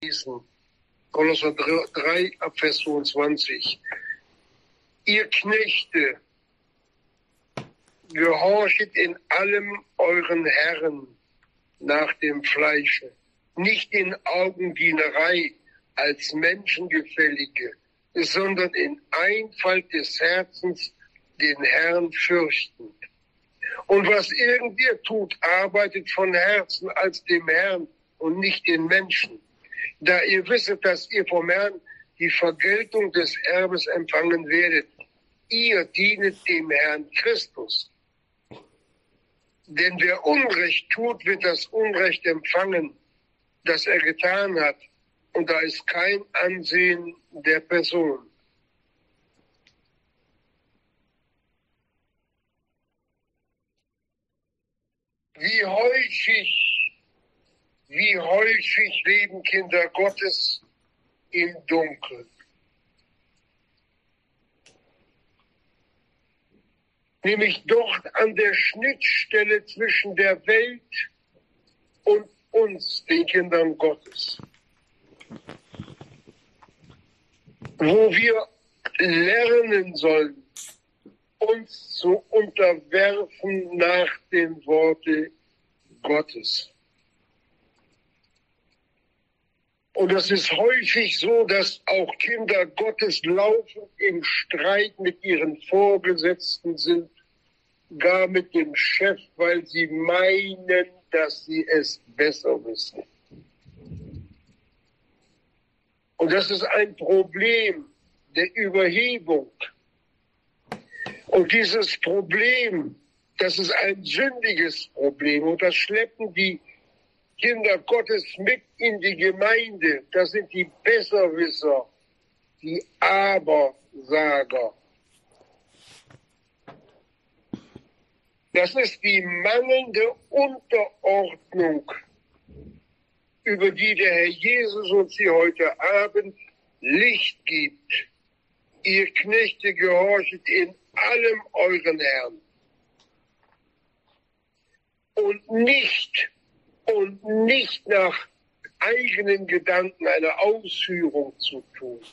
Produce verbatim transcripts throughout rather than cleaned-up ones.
lesen. Kolosser drei, Vers zweiundzwanzig. Ihr Knechte, gehorchet in allem euren Herren nach dem Fleische, nicht in Augendienerei als Menschengefällige, sondern in Einfalt des Herzens den Herrn fürchtend. Und was irgend ihr tut, arbeitet von Herzen als dem Herrn und nicht den Menschen, da ihr wisset, dass ihr vom Herrn die Vergeltung des Erbes empfangen werdet. Ihr dienet dem Herrn Christus. Denn wer Unrecht tut, wird das Unrecht empfangen, das er getan hat. Und da ist kein Ansehen der Person. Wie häufig, wie häufig leben Kinder Gottes im Dunkeln. Nämlich dort an der Schnittstelle zwischen der Welt und uns, den Kindern Gottes. Wo wir lernen sollen, uns zu unterwerfen nach dem Worte Gottes. Und es ist häufig so, dass auch Kinder Gottes laufend im Streit mit ihren Vorgesetzten sind, gar mit dem Chef, weil sie meinen, dass sie es besser wissen. Und das ist ein Problem der Überhebung. Und dieses Problem, das ist ein sündiges Problem. Und das schleppen die Kinder Gottes mit in die Gemeinde. Das sind die Besserwisser, die Abersager. Das ist die mangelnde Unterordnung, über die der Herr Jesus uns hier heute Abend Licht gibt. Ihr Knechte, gehorchet in allem euren Herrn. Und nicht, und nicht nach eigenen Gedanken eine Ausführung zu tun.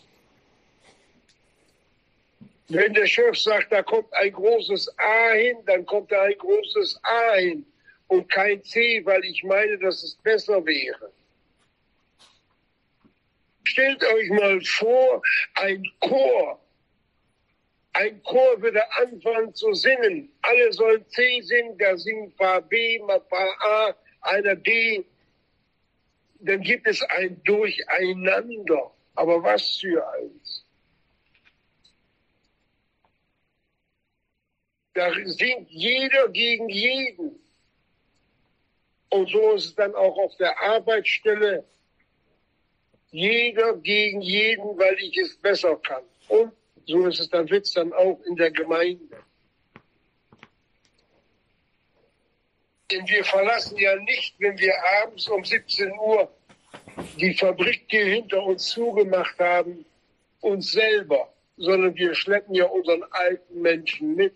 Wenn der Chef sagt, da kommt ein großes A hin, dann kommt da ein großes A hin und kein C, weil ich meine, dass es besser wäre. Stellt euch mal vor, ein Chor. Ein Chor würde anfangen zu singen. Alle sollen C singen, da singen ein paar B, ein paar A, einer D. Dann gibt es ein Durcheinander. Aber was für eins. Da singt jeder gegen jeden. Und so ist es dann auch auf der Arbeitsstelle. Jeder gegen jeden, weil ich es besser kann. Und so ist es dann, wird's dann auch in der Gemeinde. Denn wir verlassen ja nicht, wenn wir abends um siebzehn Uhr die Fabrik, die hinter uns zugemacht haben, uns selber, sondern wir schleppen ja unseren alten Menschen mit.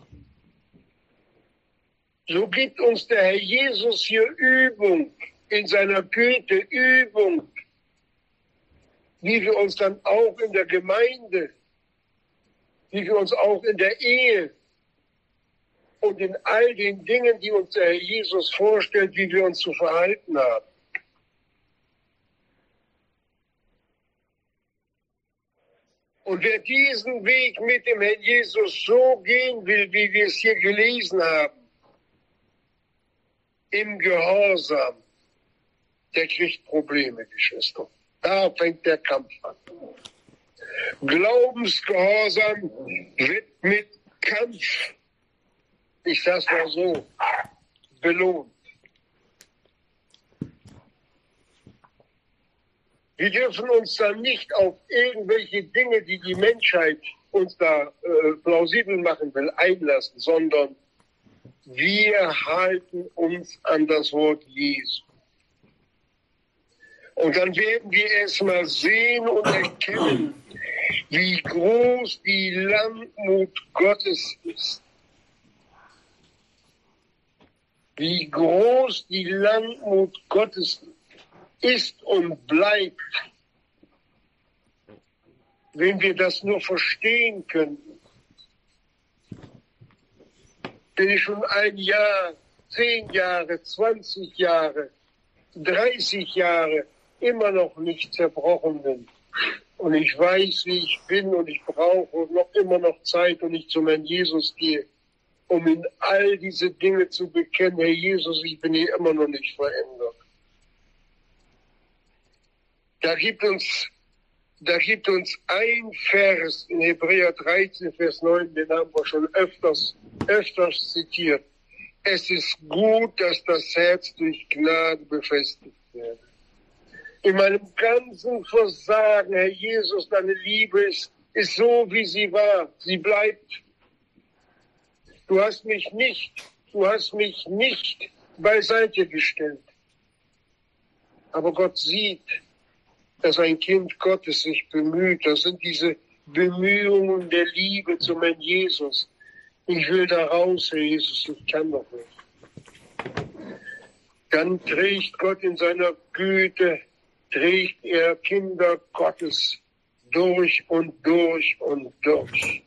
So gibt uns der Herr Jesus hier Übung, in seiner Güte Übung, wie wir uns dann auch in der Gemeinde, wie wir uns auch in der Ehe und in all den Dingen, die uns der Herr Jesus vorstellt, wie wir uns zu verhalten haben. Und wer diesen Weg mit dem Herrn Jesus so gehen will, wie wir es hier gelesen haben, im Gehorsam, der kriegt Probleme, Geschwister. Da fängt der Kampf an. Glaubensgehorsam wird mit Kampf, ich sag's mal so, belohnt. Wir dürfen uns dann nicht auf irgendwelche Dinge, die die Menschheit uns da äh, plausibel machen will, einlassen, sondern wir halten uns an das Wort Jesu. Und dann werden wir erstmal sehen und erkennen, wie groß die Langmut Gottes ist. Wie groß die Langmut Gottes ist. ist und bleibt, wenn wir das nur verstehen könnten. Wenn ich schon ein Jahr, zehn Jahre, zwanzig Jahre, dreißig Jahre immer noch nicht zerbrochen bin und ich weiß, wie ich bin und ich brauche noch immer noch Zeit und ich zu meinem Jesus gehe, um in all diese Dinge zu bekennen, Herr Jesus, ich bin hier immer noch nicht verändert. Da gibt uns, da gibt uns ein Vers in Hebräer dreizehn, Vers neun, den haben wir schon öfters, öfters zitiert. Es ist gut, dass das Herz durch Gnade befestigt werde. In meinem ganzen Versagen, Herr Jesus, deine Liebe ist, ist so, wie sie war. Sie bleibt. Du hast mich nicht, du hast mich nicht beiseite gestellt. Aber Gott sieht, dass ein Kind Gottes sich bemüht. Das sind diese Bemühungen der Liebe zu meinem Jesus. Ich will da raus, Herr Jesus, ich kann noch nicht. Dann trägt Gott in seiner Güte, trägt er Kinder Gottes durch und durch und durch.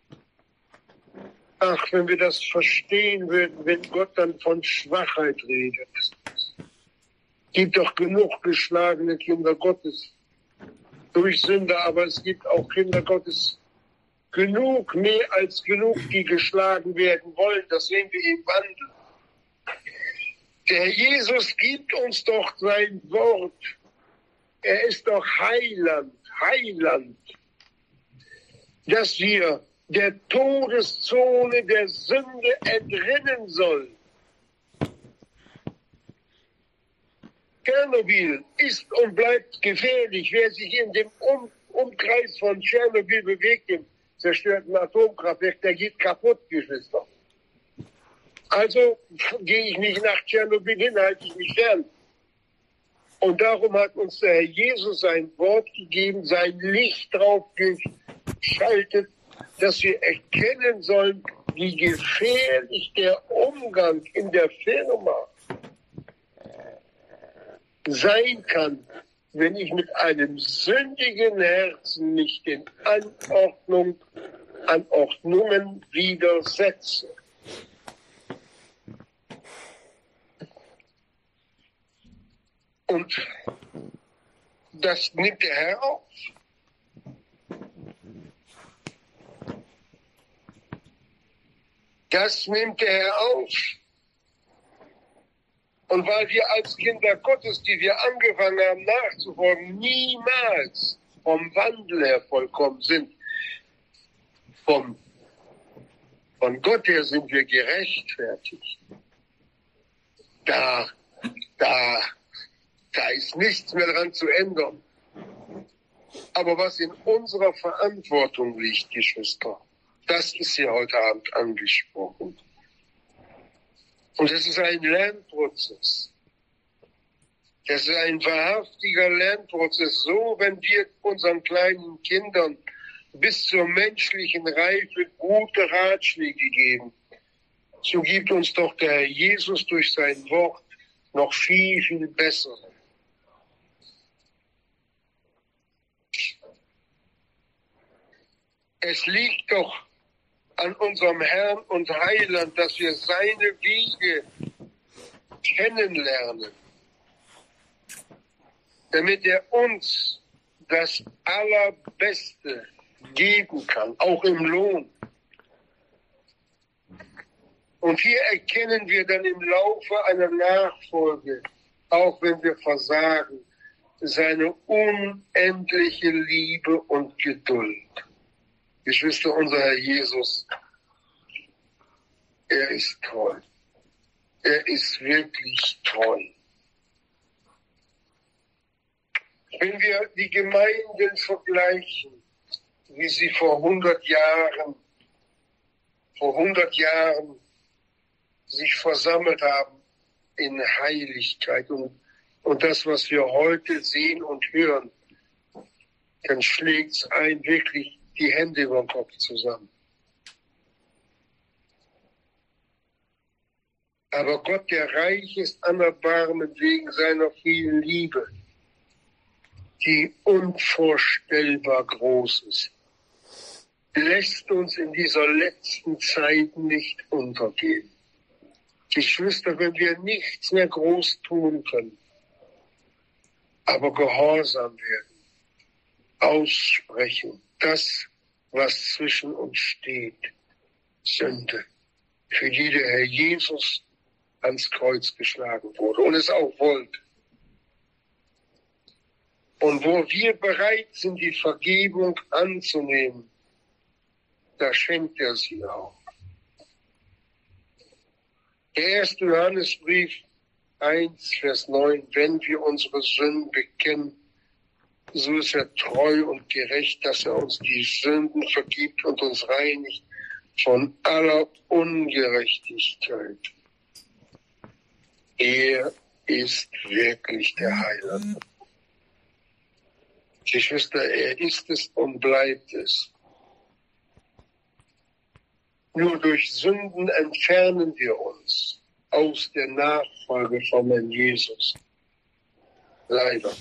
Ach, wenn wir das verstehen würden, wenn Gott dann von Schwachheit redet. Gibt doch genug geschlagene Kinder Gottes durch Sünder, aber es gibt auch Kinder Gottes genug, mehr als genug, die geschlagen werden wollen. Das sehen wir im Wandel. Der Jesus gibt uns doch sein Wort. Er ist doch Heiland, Heiland, dass wir der Todeszone der Sünde entrinnen sollen. Tschernobyl ist und bleibt gefährlich. Wer sich in dem um Umkreis von Tschernobyl bewegt, im zerstörten Atomkraftwerk, der geht kaputt, Geschwister. Also gehe ich nicht nach Tschernobyl hin, halte ich mich fern. Und darum hat uns der Herr Jesus sein Wort gegeben, sein Licht drauf geschaltet, dass wir erkennen sollen, wie gefährlich der Umgang in der Firma sein kann, wenn ich mit einem sündigen Herzen nicht den Anordnung, Anordnungen widersetze. Und das nimmt der Herr auf. Das nimmt der Herr auf. Und weil wir als Kinder Gottes, die wir angefangen haben nachzufolgen, niemals vom Wandel her vollkommen sind, vom, von Gott her sind wir gerechtfertigt. Da, da, da ist nichts mehr dran zu ändern. Aber was in unserer Verantwortung liegt, Geschwister, das ist hier heute Abend angesprochen. Und es ist ein Lernprozess. Das ist ein wahrhaftiger Lernprozess. So, wenn wir unseren kleinen Kindern bis zur menschlichen Reife gute Ratschläge geben, so gibt uns doch der Herr Jesus durch sein Wort noch viel, viel besser. Es liegt doch an unserem Herrn und Heiland, dass wir seine Wege kennenlernen, damit er uns das Allerbeste geben kann, auch im Lohn. Und hier erkennen wir dann im Laufe einer Nachfolge, auch wenn wir versagen, seine unendliche Liebe und Geduld. Geschwister, unser Herr Jesus, er ist toll. Er ist wirklich toll. Wenn wir die Gemeinden vergleichen, wie sie vor hundert Jahren, vor hundert Jahren sich versammelt haben in Heiligkeit und, und das, was wir heute sehen und hören, dann schlägt es ein wirklich die Hände über den Kopf zusammen. Aber Gott, der reich ist an Erbarmen wegen seiner vielen Liebe, die unvorstellbar groß ist. Lässt uns in dieser letzten Zeit nicht untergehen. Geschwister, wenn wir nichts mehr groß tun können, aber gehorsam werden, aussprechen, das, was zwischen uns steht, Sünde, für die der Herr Jesus ans Kreuz geschlagen wurde und es auch wollte. Und wo wir bereit sind, die Vergebung anzunehmen, da schenkt er sie auch. Der erste Johannesbrief eins, Vers neun, wenn wir unsere Sünden bekennen, so ist er treu und gerecht, dass er uns die Sünden vergibt und uns reinigt von aller Ungerechtigkeit. Er ist wirklich der Heiland. Geschwister, er ist es und bleibt es. Nur durch Sünden entfernen wir uns aus der Nachfolge von Herrn Jesus. Leider.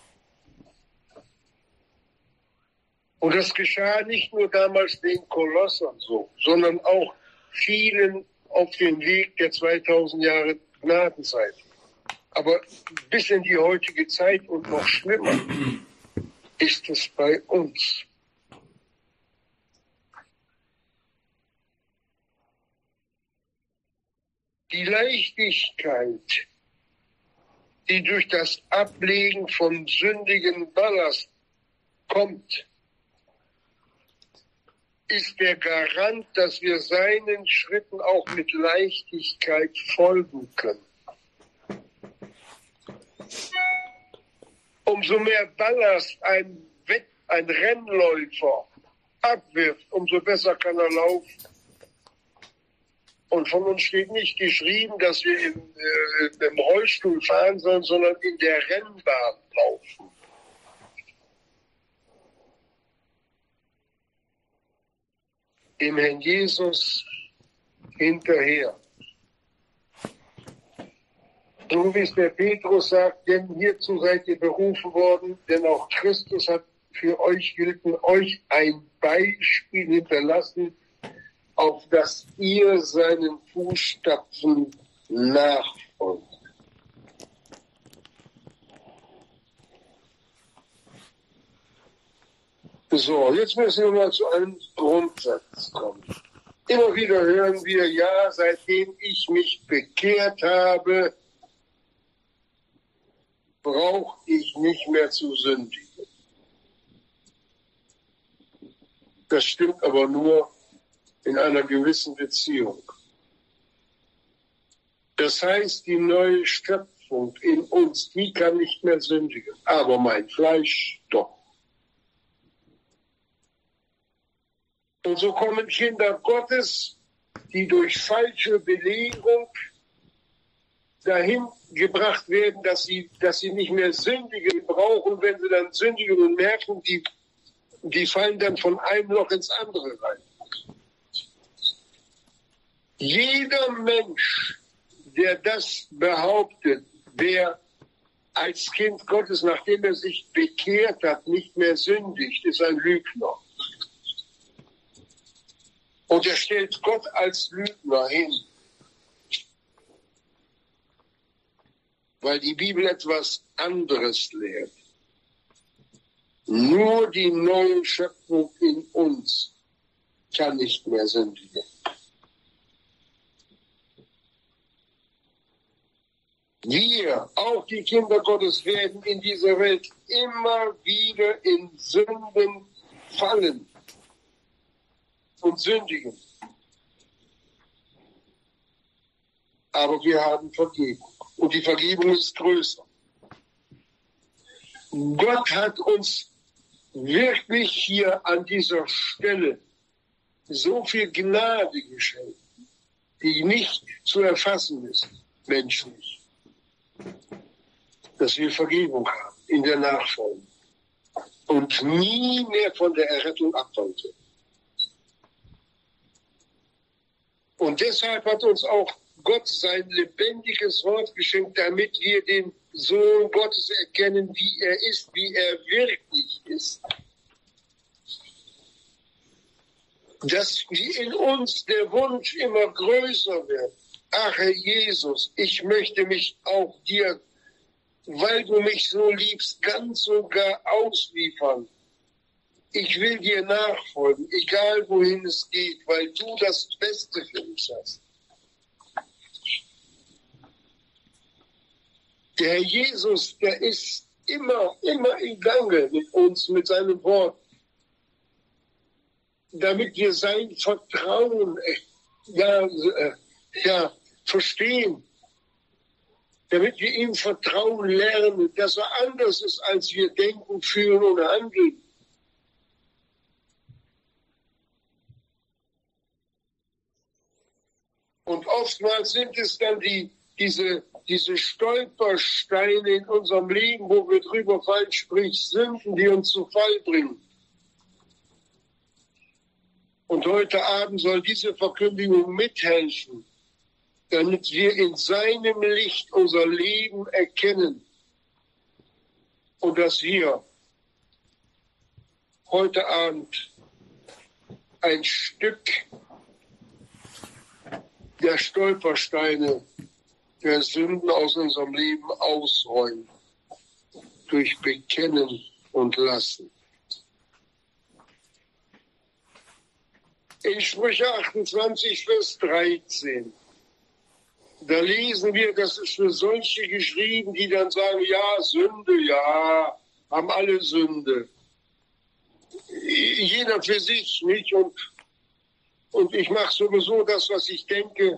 Und das geschah nicht nur damals den Kolossern so, sondern auch vielen auf dem Weg der zweitausend Jahre Gnadenzeit. Aber bis in die heutige Zeit und noch schlimmer ist es bei uns. Die Leichtigkeit, die durch das Ablegen von sündigen Ballast kommt, ist der Garant, dass wir seinen Schritten auch mit Leichtigkeit folgen können. Umso mehr Ballast ein, Wett-, ein Rennläufer abwirft, umso besser kann er laufen. Und von uns steht nicht geschrieben, dass wir im, äh, im Rollstuhl fahren sollen, sondern in der Rennbahn laufen. Dem Herrn Jesus hinterher. So wie es der Petrus sagt, denn hierzu seid ihr berufen worden, denn auch Christus hat für euch gelitten, euch ein Beispiel hinterlassen, auf das ihr seinen Fußstapfen nachfolgt. So, jetzt müssen wir mal zu einem Grundsatz kommen. Immer wieder hören wir, ja, seitdem ich mich bekehrt habe, brauche ich nicht mehr zu sündigen. Das stimmt aber nur in einer gewissen Beziehung. Das heißt, die neue Schöpfung in uns, die kann nicht mehr sündigen, aber mein Fleisch doch. Und so kommen Kinder Gottes, die durch falsche Belehrung dahin gebracht werden, dass sie, dass sie nicht mehr sündigen brauchen. Wenn sie dann sündigen und merken, die, die fallen dann von einem Loch ins andere rein. Jeder Mensch, der das behauptet, der als Kind Gottes, nachdem er sich bekehrt hat, nicht mehr sündigt, ist ein Lügner. Und er stellt Gott als Lügner hin. Weil die Bibel etwas anderes lehrt. Nur die neue Schöpfung in uns kann nicht mehr sündigen. Wir, auch die Kinder Gottes, werden in dieser Welt immer wieder in Sünden fallen und sündigen. Aber wir haben Vergebung. Und die Vergebung ist größer. Gott hat uns wirklich hier an dieser Stelle so viel Gnade geschenkt, die nicht zu erfassen ist, menschlich, dass wir Vergebung haben in der Nachfolge und nie mehr von der Errettung abfallen. Und deshalb hat uns auch Gott sein lebendiges Wort geschenkt, damit wir den Sohn Gottes erkennen, wie er ist, wie er wirklich ist. Dass in uns der Wunsch immer größer wird. Ach, Herr Jesus, ich möchte mich auch dir, weil du mich so liebst, ganz und gar ausliefern. Ich will dir nachfolgen, egal wohin es geht, weil du das Beste für mich hast. Der Herr Jesus, der ist immer, immer im Gange mit uns, mit seinem Wort, damit wir sein Vertrauen ja, ja, verstehen, damit wir ihm vertrauen lernen, dass er anders ist, als wir denken, fühlen oder handeln. Und oftmals sind es dann die, diese, diese Stolpersteine in unserem Leben, wo wir drüber fallen, sprich Sünden, die uns zu Fall bringen. Und heute Abend soll diese Verkündigung mithelfen, damit wir in seinem Licht unser Leben erkennen und dass wir heute Abend ein Stück der Stolpersteine der Sünden aus unserem Leben ausräumen, durch Bekennen und Lassen. In Sprüche achtundzwanzig, Vers dreizehn, da lesen wir, das ist für solche geschrieben, die dann sagen, ja, Sünde, ja, haben alle Sünde. Jeder für sich, nicht? Und, und ich mache sowieso das, was ich denke.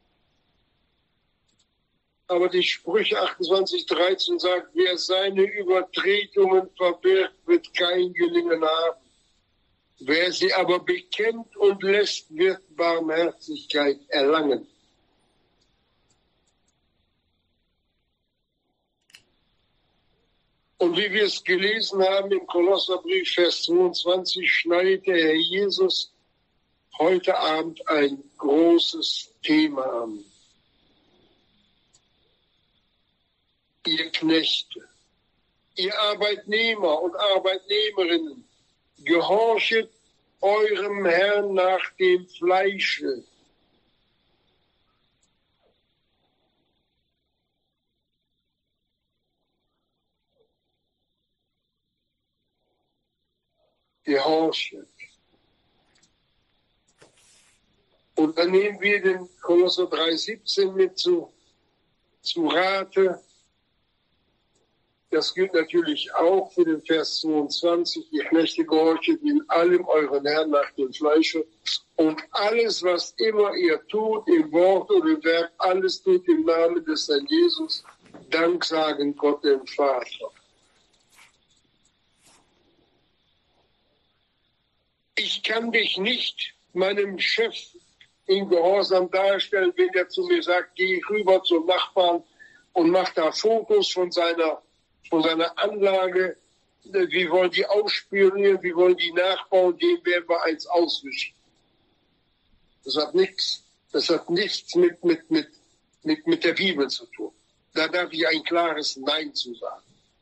Aber die Sprüche achtundzwanzig, dreizehn sagt, wer seine Übertretungen verbirgt, wird kein Gelingen haben. Wer sie aber bekennt und lässt, wird Barmherzigkeit erlangen. Und wie wir es gelesen haben im Kolosserbrief, Vers zweiundzwanzig, schneidet der Herr Jesus heute Abend ein großes Thema an. Ihr Knechte, ihr Arbeitnehmer und Arbeitnehmerinnen, gehorchet eurem Herrn nach dem Fleische. Gehorchet. Und dann nehmen wir den Kolosser drei siebzehn mit zu, zu Rate. Das gilt natürlich auch für den Vers zweiundzwanzig. Die Knechte gehorchet in allem euren Herrn nach dem Fleische. Und alles, was immer ihr tut, im Wort oder im Werk, alles tut im Namen des Herrn Jesus. Dank sagen Gott dem Vater. Ich kann dich nicht meinem Chef in Gehorsam darstellen, wenn er zu mir sagt, geh rüber zum Nachbarn und mach da Fotos von seiner, von seiner Anlage. Wir wollen die ausspionieren, wir wollen die nachbauen, dem werden wir eins auswischen. Das hat nichts, das hat nichts mit, mit, mit, mit, mit der Bibel zu tun. Da darf ich ein klares Nein zu sagen.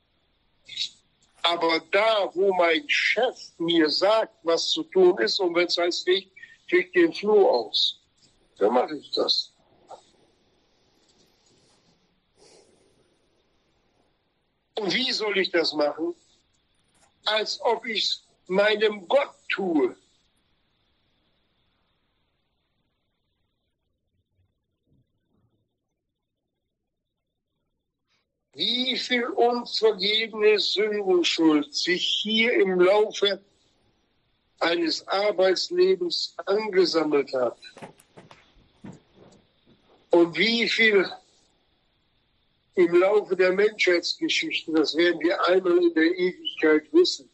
Aber da, wo mein Chef mir sagt, was zu tun ist, und wenn es heißt, ich krieg den Floh aus, dann mache ich das. Und wie soll ich das machen? Als ob ich es meinem Gott tue. Wie viel unvergebene Sündenschuld sich hier im Laufe eines Arbeitslebens angesammelt hat. Und wie viel im Laufe der Menschheitsgeschichte, das werden wir einmal in der Ewigkeit wissen.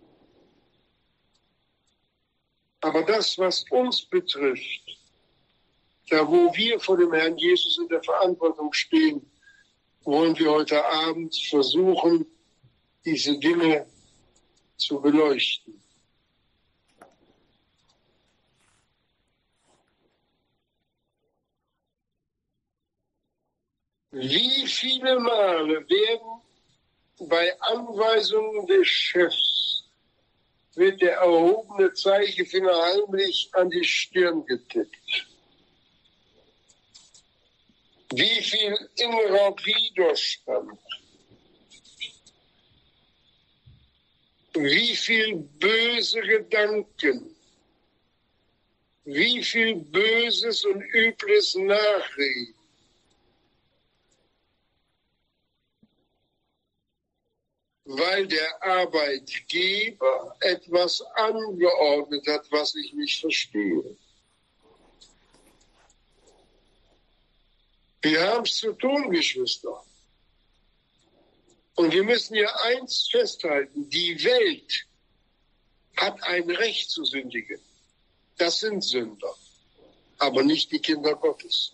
Aber das, was uns betrifft, da wo wir vor dem Herrn Jesus in der Verantwortung stehen, wollen wir heute Abend versuchen, diese Dinge zu beleuchten. Wie viele Male werden bei Anweisungen des Chefs wird der erhobene Zeigefinger heimlich an die Stirn getippt? Wie viel innerer Widerstand? Wie viel böse Gedanken? Wie viel Böses und Übles Nachreden? Weil der Arbeitgeber etwas angeordnet hat, was ich nicht verstehe. Wir haben es zu tun, Geschwister. Und wir müssen hier eins festhalten, die Welt hat ein Recht zu sündigen. Das sind Sünder, aber nicht die Kinder Gottes.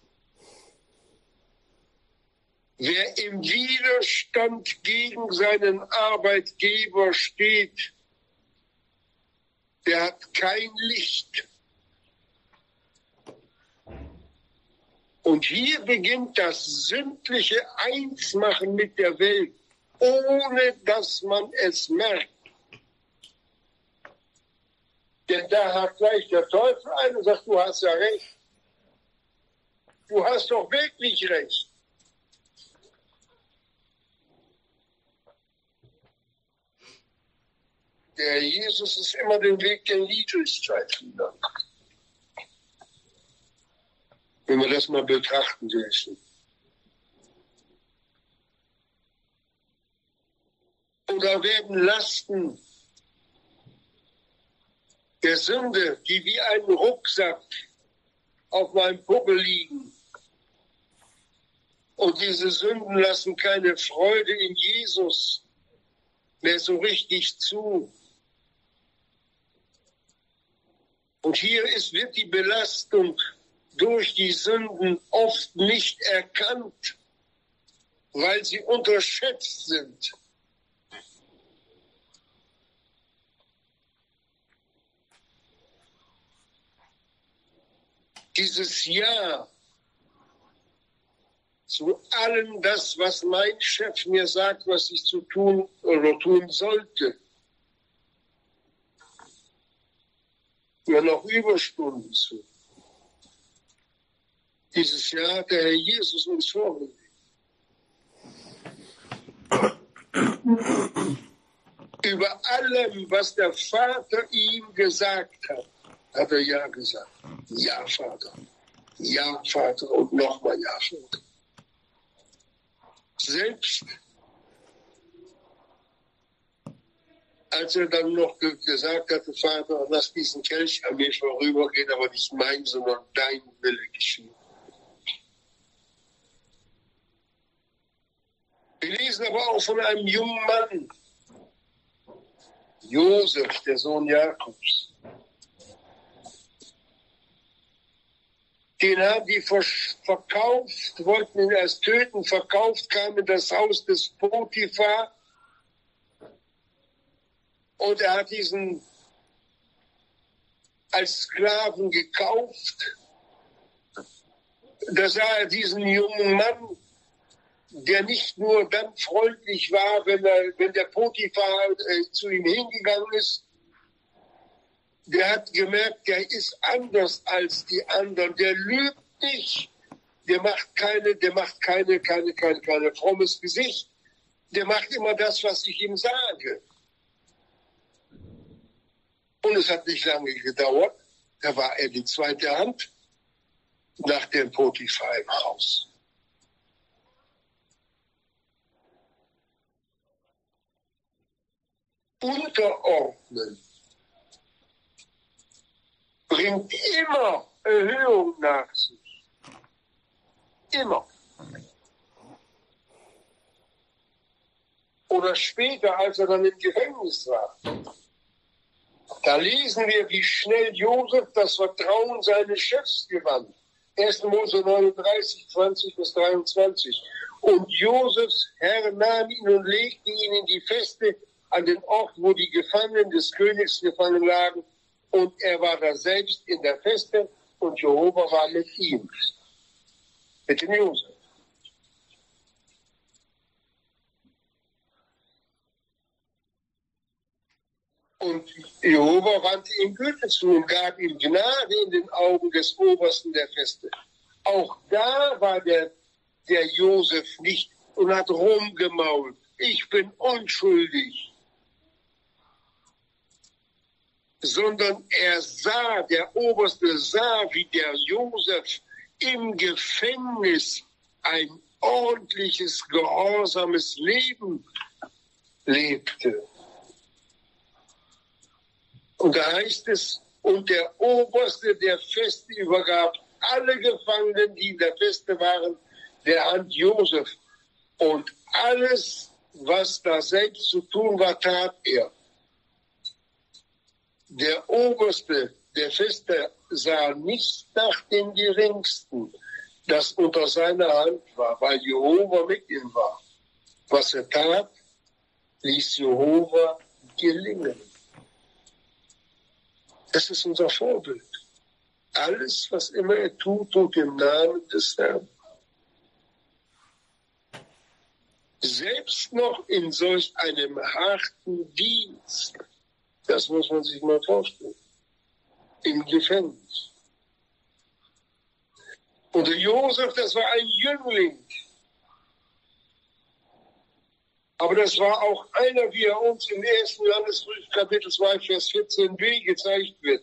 Wer im Widerstand gegen seinen Arbeitgeber steht, der hat kein Licht. Und hier beginnt das sündliche Einsmachen mit der Welt, ohne dass man es merkt. Denn da hat gleich der Teufel ein und sagt, du hast ja recht. Du hast doch wirklich recht. Der Jesus ist immer den Weg der Niedrigkeit gegangen. Wenn wir das mal betrachten dürfen. Oder werden Lasten der Sünde, die wie ein Rucksack auf meinem Buckel liegen. Und diese Sünden lassen keine Freude in Jesus mehr so richtig zu. Und hier ist, wird die Belastung durch die Sünden oft nicht erkannt, weil sie unterschätzt sind. Dieses Ja zu allem das, was mein Chef mir sagt, was ich zu tun oder tun sollte. Ja, noch Überstunden zu. Dieses Jahr hat der Herr Jesus uns vorgelegt. Über allem, was der Vater ihm gesagt hat, hat er Ja gesagt. Ja, Vater. Ja, Vater. Und nochmal Ja, Vater. Selbst als er dann noch ge gesagt hatte, Vater, lass diesen Kelch an mir vorübergehen, aber nicht mein, sondern dein Wille geschehen. Wir lesen aber auch von einem jungen Mann, Josef, der Sohn Jakobs. Den haben die verkauft, wollten ihn erst töten, verkauft, kam in das Haus des Potiphar. Und er hat diesen als Sklaven gekauft. Da sah er diesen jungen Mann, der nicht nur dann freundlich war, wenn, er, wenn der Potiphar äh, zu ihm hingegangen ist. Der hat gemerkt, der ist anders als die anderen. Der lügt nicht. Der macht keine, der macht keine, keine, keine, keine frommes Gesicht. Der macht immer das, was ich ihm sage. Und es hat nicht lange gedauert. Da war er die zweite Hand nach dem Potiphar im Haus. Unterordnen bringt immer Erhöhung nach sich. Immer. Oder später, als er dann im Gefängnis war. Da lesen wir, wie schnell Josef das Vertrauen seines Chefs gewann. erster Mose neununddreißig, zwanzig bis dreiundzwanzig. Und Josefs Herr nahm ihn und legte ihn in die Feste an den Ort, wo die Gefangenen des Königs gefangen lagen. Und er war da selbst in der Feste und Jehova war mit ihm. Mit dem Josef. Und Jehova wandte ihm Güte zu und gab ihm Gnade in den Augen des Obersten der Feste. Auch da war der, der Josef nicht und hat rumgemault. Ich bin unschuldig. Sondern er sah, der Oberste sah, wie der Josef im Gefängnis ein ordentliches, gehorsames Leben lebte. Und da heißt es, und der Oberste der Feste übergab alle Gefangenen, die in der Feste waren, der Hand Josef. Und alles, was da selbst zu tun war, tat er. Der Oberste der Feste sah nicht nach dem Geringsten, das unter seiner Hand war, weil Jehova mit ihm war. Was er tat, ließ Jehova gelingen. Das ist unser Vorbild. Alles, was immer er tut, tut im Namen des Herrn. Selbst noch in solch einem harten Dienst, das muss man sich mal vorstellen, im Gefängnis. Und der Josef, das war ein Jüngling. Aber das war auch einer, wie er uns im ersten Johannesbrief Kapitel zwei, Vers vierzehn b gezeigt wird.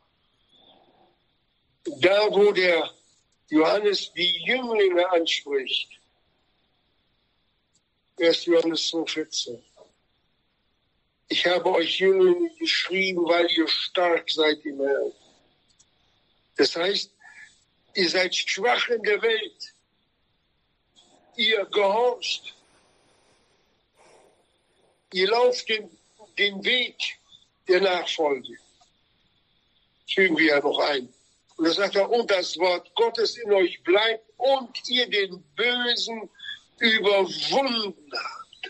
Da, wo der Johannes die Jünglinge anspricht. erster Johannes zwei, vierzehn. Ich habe euch Jünglinge geschrieben, weil ihr stark seid im Herrn. Das heißt, ihr seid schwach in der Welt. Ihr gehorcht. Ihr lauft den, den Weg der Nachfolge. Fügen wir ja noch ein. Und da sagt er, und das Wort Gottes in euch bleibt und ihr den Bösen überwunden habt.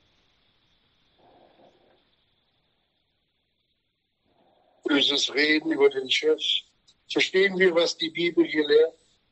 Böses Reden über den Chef. Verstehen wir, was die Bibel hier lehrt?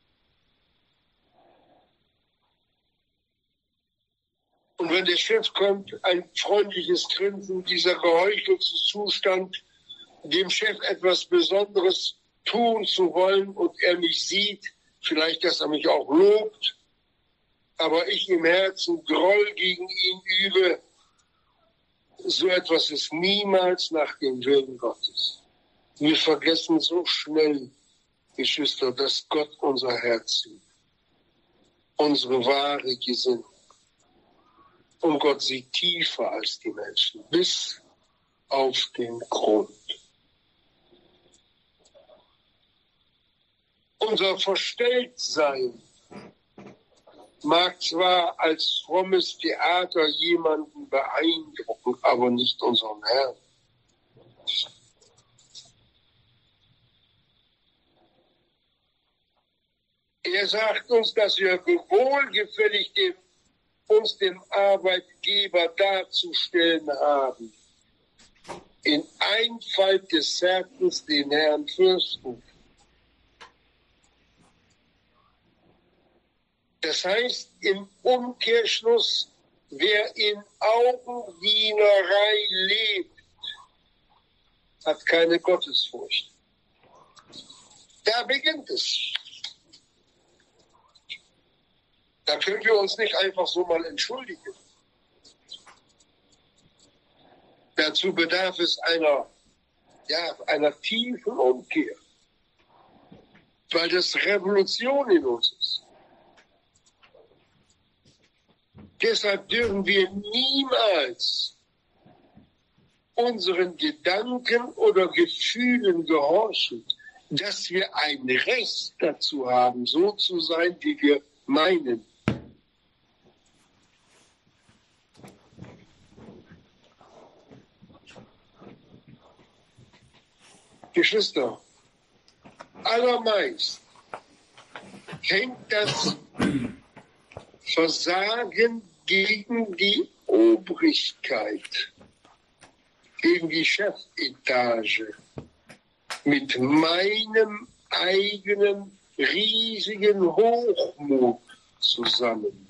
Und wenn der Chef kommt, ein freundliches Grinsen, dieser geheuchelte Zustand, dem Chef etwas Besonderes tun zu wollen und er mich sieht, vielleicht, dass er mich auch lobt, aber ich im Herzen Groll gegen ihn übe, so etwas ist niemals nach dem Willen Gottes. Wir vergessen so schnell, Geschwister, dass Gott unser Herz sieht, unsere wahre Gesinnung. Und Gott sieht tiefer als die Menschen, bis auf den Grund. Unser Verstelltsein mag zwar als frommes Theater jemanden beeindrucken, aber nicht unseren Herrn. Er sagt uns, dass wir wohlgefällig dem, uns dem Arbeitgeber darzustellen haben. In Einfalt des Herzens den Herrn fürchten. Das heißt im Umkehrschluss, wer in Augendienerei lebt, hat keine Gottesfurcht. Da beginnt es. Da können wir uns nicht einfach so mal entschuldigen. Dazu bedarf es einer, ja, einer tiefen Umkehr, weil das Revolution in uns ist. Deshalb dürfen wir niemals unseren Gedanken oder Gefühlen gehorchen, dass wir ein Recht dazu haben, so zu sein, wie wir meinen. Geschwister, allermeist hängt das Versagen gegen die Obrigkeit, gegen die Chefetage mit meinem eigenen riesigen Hochmut zusammen.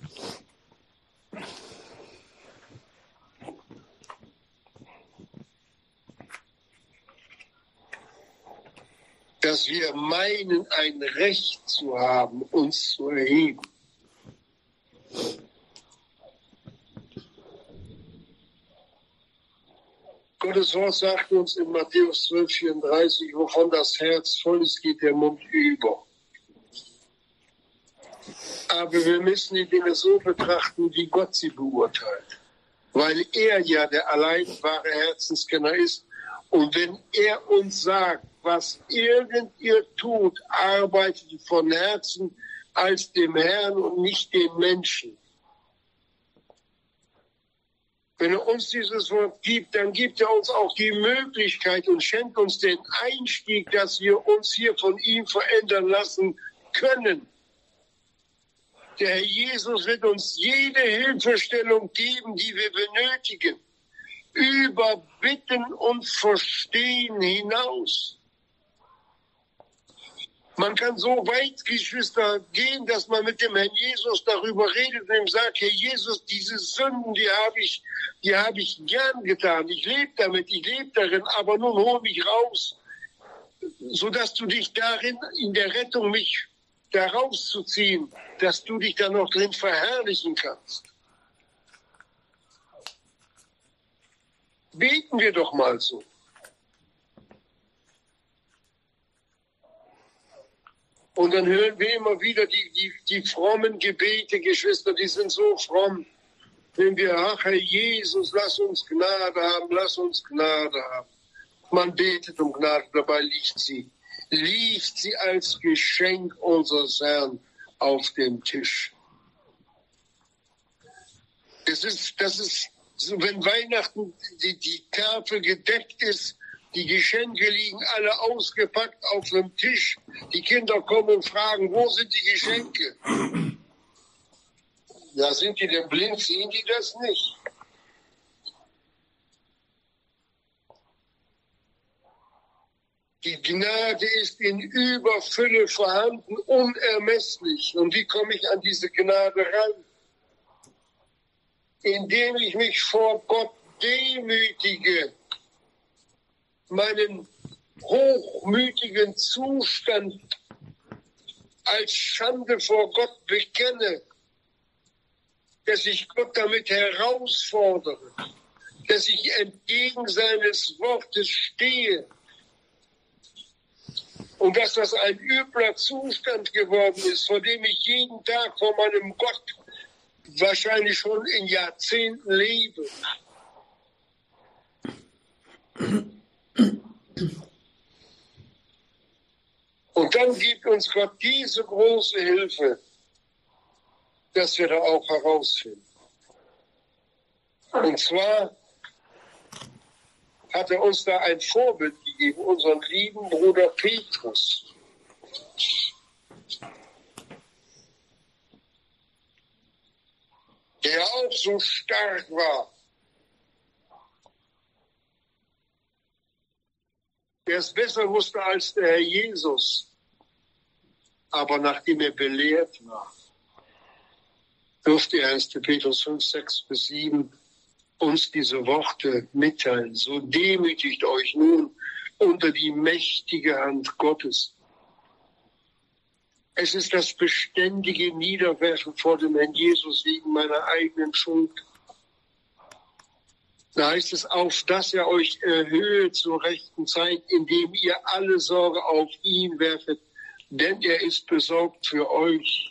dass wir meinen, ein Recht zu haben, uns zu erheben. Gottes Wort sagt uns in Matthäus zwölf, vierunddreißig, wovon das Herz voll ist, geht der Mund über. Aber wir müssen die Dinge so betrachten, wie Gott sie beurteilt. Weil er ja der allein wahre Herzenskenner ist. Und wenn er uns sagt, was irgend ihr tut, arbeitet von Herzen als dem Herrn und nicht den Menschen. Wenn er uns dieses Wort gibt, dann gibt er uns auch die Möglichkeit und schenkt uns den Einstieg, dass wir uns hier von ihm verändern lassen können. Der Herr Jesus wird uns jede Hilfestellung geben, die wir benötigen, über Bitten und Verstehen hinaus. Man kann so weit, Geschwister, gehen, dass man mit dem Herrn Jesus darüber redet und ihm sagt, Herr Jesus, diese Sünden, die habe ich, die habe ich gern getan. Ich lebe damit, ich lebe darin, aber nun hol mich raus, sodass du dich darin, in der Rettung mich da rauszuziehen, dass du dich da noch drin verherrlichen kannst. Beten wir doch mal so. Und dann hören wir immer wieder die, die, die frommen Gebete, Geschwister, die sind so fromm. Wenn wir, ach Herr Jesus, lass uns Gnade haben, lass uns Gnade haben. Man betet um Gnade, dabei liegt sie. Liegt sie als Geschenk unseres Herrn auf dem Tisch. Das ist, das ist, so, wenn Weihnachten die, die Tafel gedeckt ist, die Geschenke liegen alle ausgepackt auf dem Tisch. Die Kinder kommen und fragen, wo sind die Geschenke? Ja, sind die denn blind? Sehen die das nicht? Die Gnade ist in Überfülle vorhanden, unermesslich. Und wie komme ich an diese Gnade ran? Indem ich mich vor Gott demütige, meinen hochmütigen Zustand als Schande vor Gott bekenne, dass ich Gott damit herausfordere, dass ich entgegen seines Wortes stehe und dass das ein übler Zustand geworden ist, vor dem ich jeden Tag vor meinem Gott wahrscheinlich schon in Jahrzehnten lebe. Und dann gibt uns Gott diese große Hilfe, dass wir da auch herausfinden. Und zwar hat er uns da ein Vorbild gegeben, unseren lieben Bruder Petrus. Der auch so stark war. Der es besser wusste als der Herr Jesus. Aber nachdem er belehrt war, durfte er erster Petrus fünf, sechs bis sieben uns diese Worte mitteilen. So demütigt euch nun unter die mächtige Hand Gottes. Es ist das beständige Niederwerfen vor dem Herrn Jesus wegen meiner eigenen Schuld. Da heißt es, auf dass er euch erhöhe zur rechten Zeit, indem ihr alle Sorge auf ihn werfet, denn er ist besorgt für euch.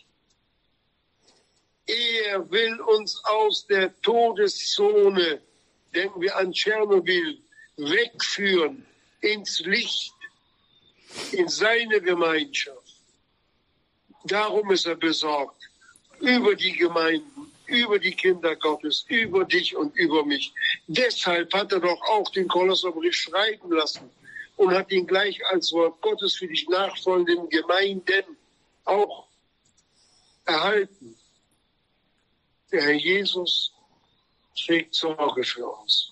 Er will uns aus der Todeszone, denken wir an Tschernobyl, wegführen ins Licht, in seine Gemeinschaft. Darum ist er besorgt, über die Gemeinden, über die Kinder Gottes, über dich und über mich. Deshalb hat er doch auch den Kolosserbrief schreiben lassen und hat ihn gleich als Wort Gottes für die nachfolgenden Gemeinden auch erhalten. Der Herr Jesus trägt Sorge für uns.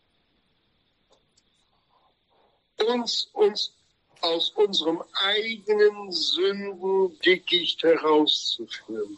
Uns, uns aus unserem eigenen Sündendickicht herauszuführen.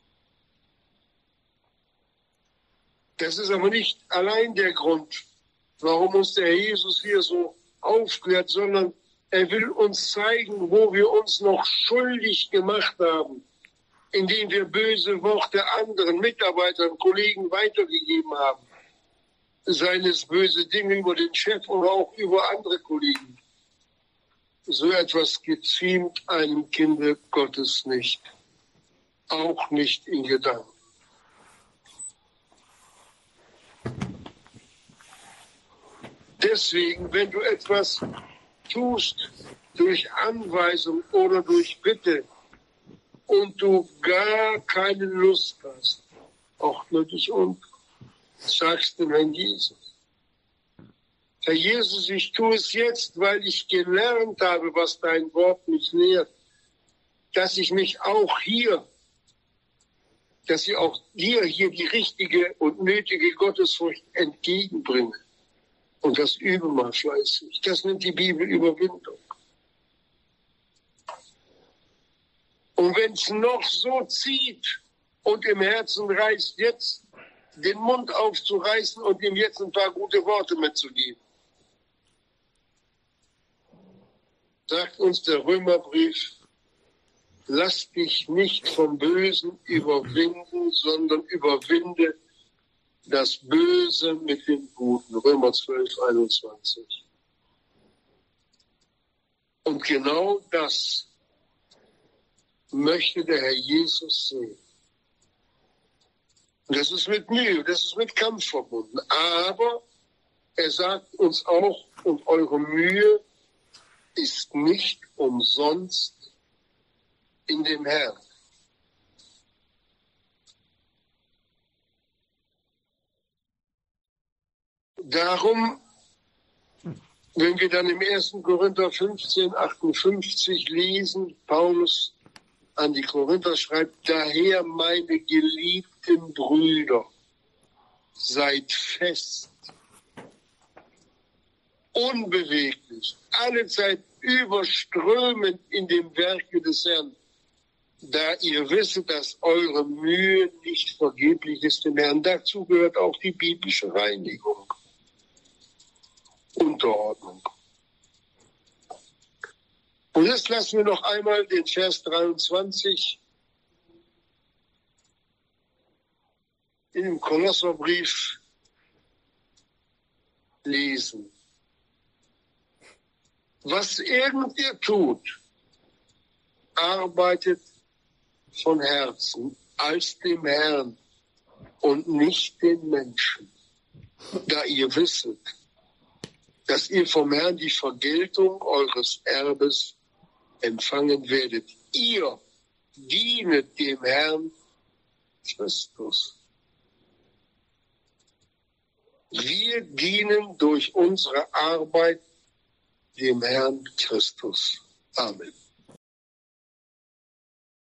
Das ist aber nicht allein der Grund, warum uns der Herr Jesus hier so aufklärt, sondern er will uns zeigen, wo wir uns noch schuldig gemacht haben, indem wir böse Worte anderen Mitarbeitern, Kollegen weitergegeben haben. Seien es böse Dinge über den Chef oder auch über andere Kollegen. So etwas geziemt einem Kinde Gottes nicht. Auch nicht in Gedanken. Deswegen, wenn du etwas tust durch Anweisung oder durch Bitte und du gar keine Lust hast, ordne dich um, sagst dem Herrn Jesus. Herr Jesus, ich tue es jetzt, weil ich gelernt habe, was dein Wort mich lehrt, dass ich mich auch hier, dass ich auch dir hier die richtige und nötige Gottesfurcht entgegenbringe. Und das übe mal fleißig. Das nennt die Bibel Überwindung. Und wenn es noch so zieht und im Herzen reißt, jetzt den Mund aufzureißen und ihm jetzt ein paar gute Worte mitzugeben. Sagt uns der Römerbrief, lass dich nicht vom Bösen überwinden, sondern überwinde das Böse mit dem Guten. Römer zwölf, einundzwanzig. Und genau das möchte der Herr Jesus sehen. Und das ist mit Mühe, das ist mit Kampf verbunden. Aber er sagt uns auch, und eure Mühe ist nicht umsonst in dem Herrn. Darum, wenn wir dann im ersten Korinther fünfzehn, achtundfünfzig lesen, Paulus an die Korinther schreibt, daher meine geliebten Brüder, seid fest, unbeweglich, allezeit überströmend in dem Werke des Herrn, da ihr wisset, dass eure Mühe nicht vergeblich ist im Herrn. Dazu gehört auch die biblische Reinigung. Unterordnung. Und jetzt lassen wir noch einmal den Vers dreiundzwanzig in dem Kolosserbrief lesen. Was irgend ihr tut, arbeitet von Herzen als dem Herrn und nicht den Menschen, da ihr wisset, dass ihr vom Herrn die Vergeltung eures Erbes empfangen werdet. Ihr dienet dem Herrn Christus. Wir dienen durch unsere Arbeit dem Herrn Christus. Amen.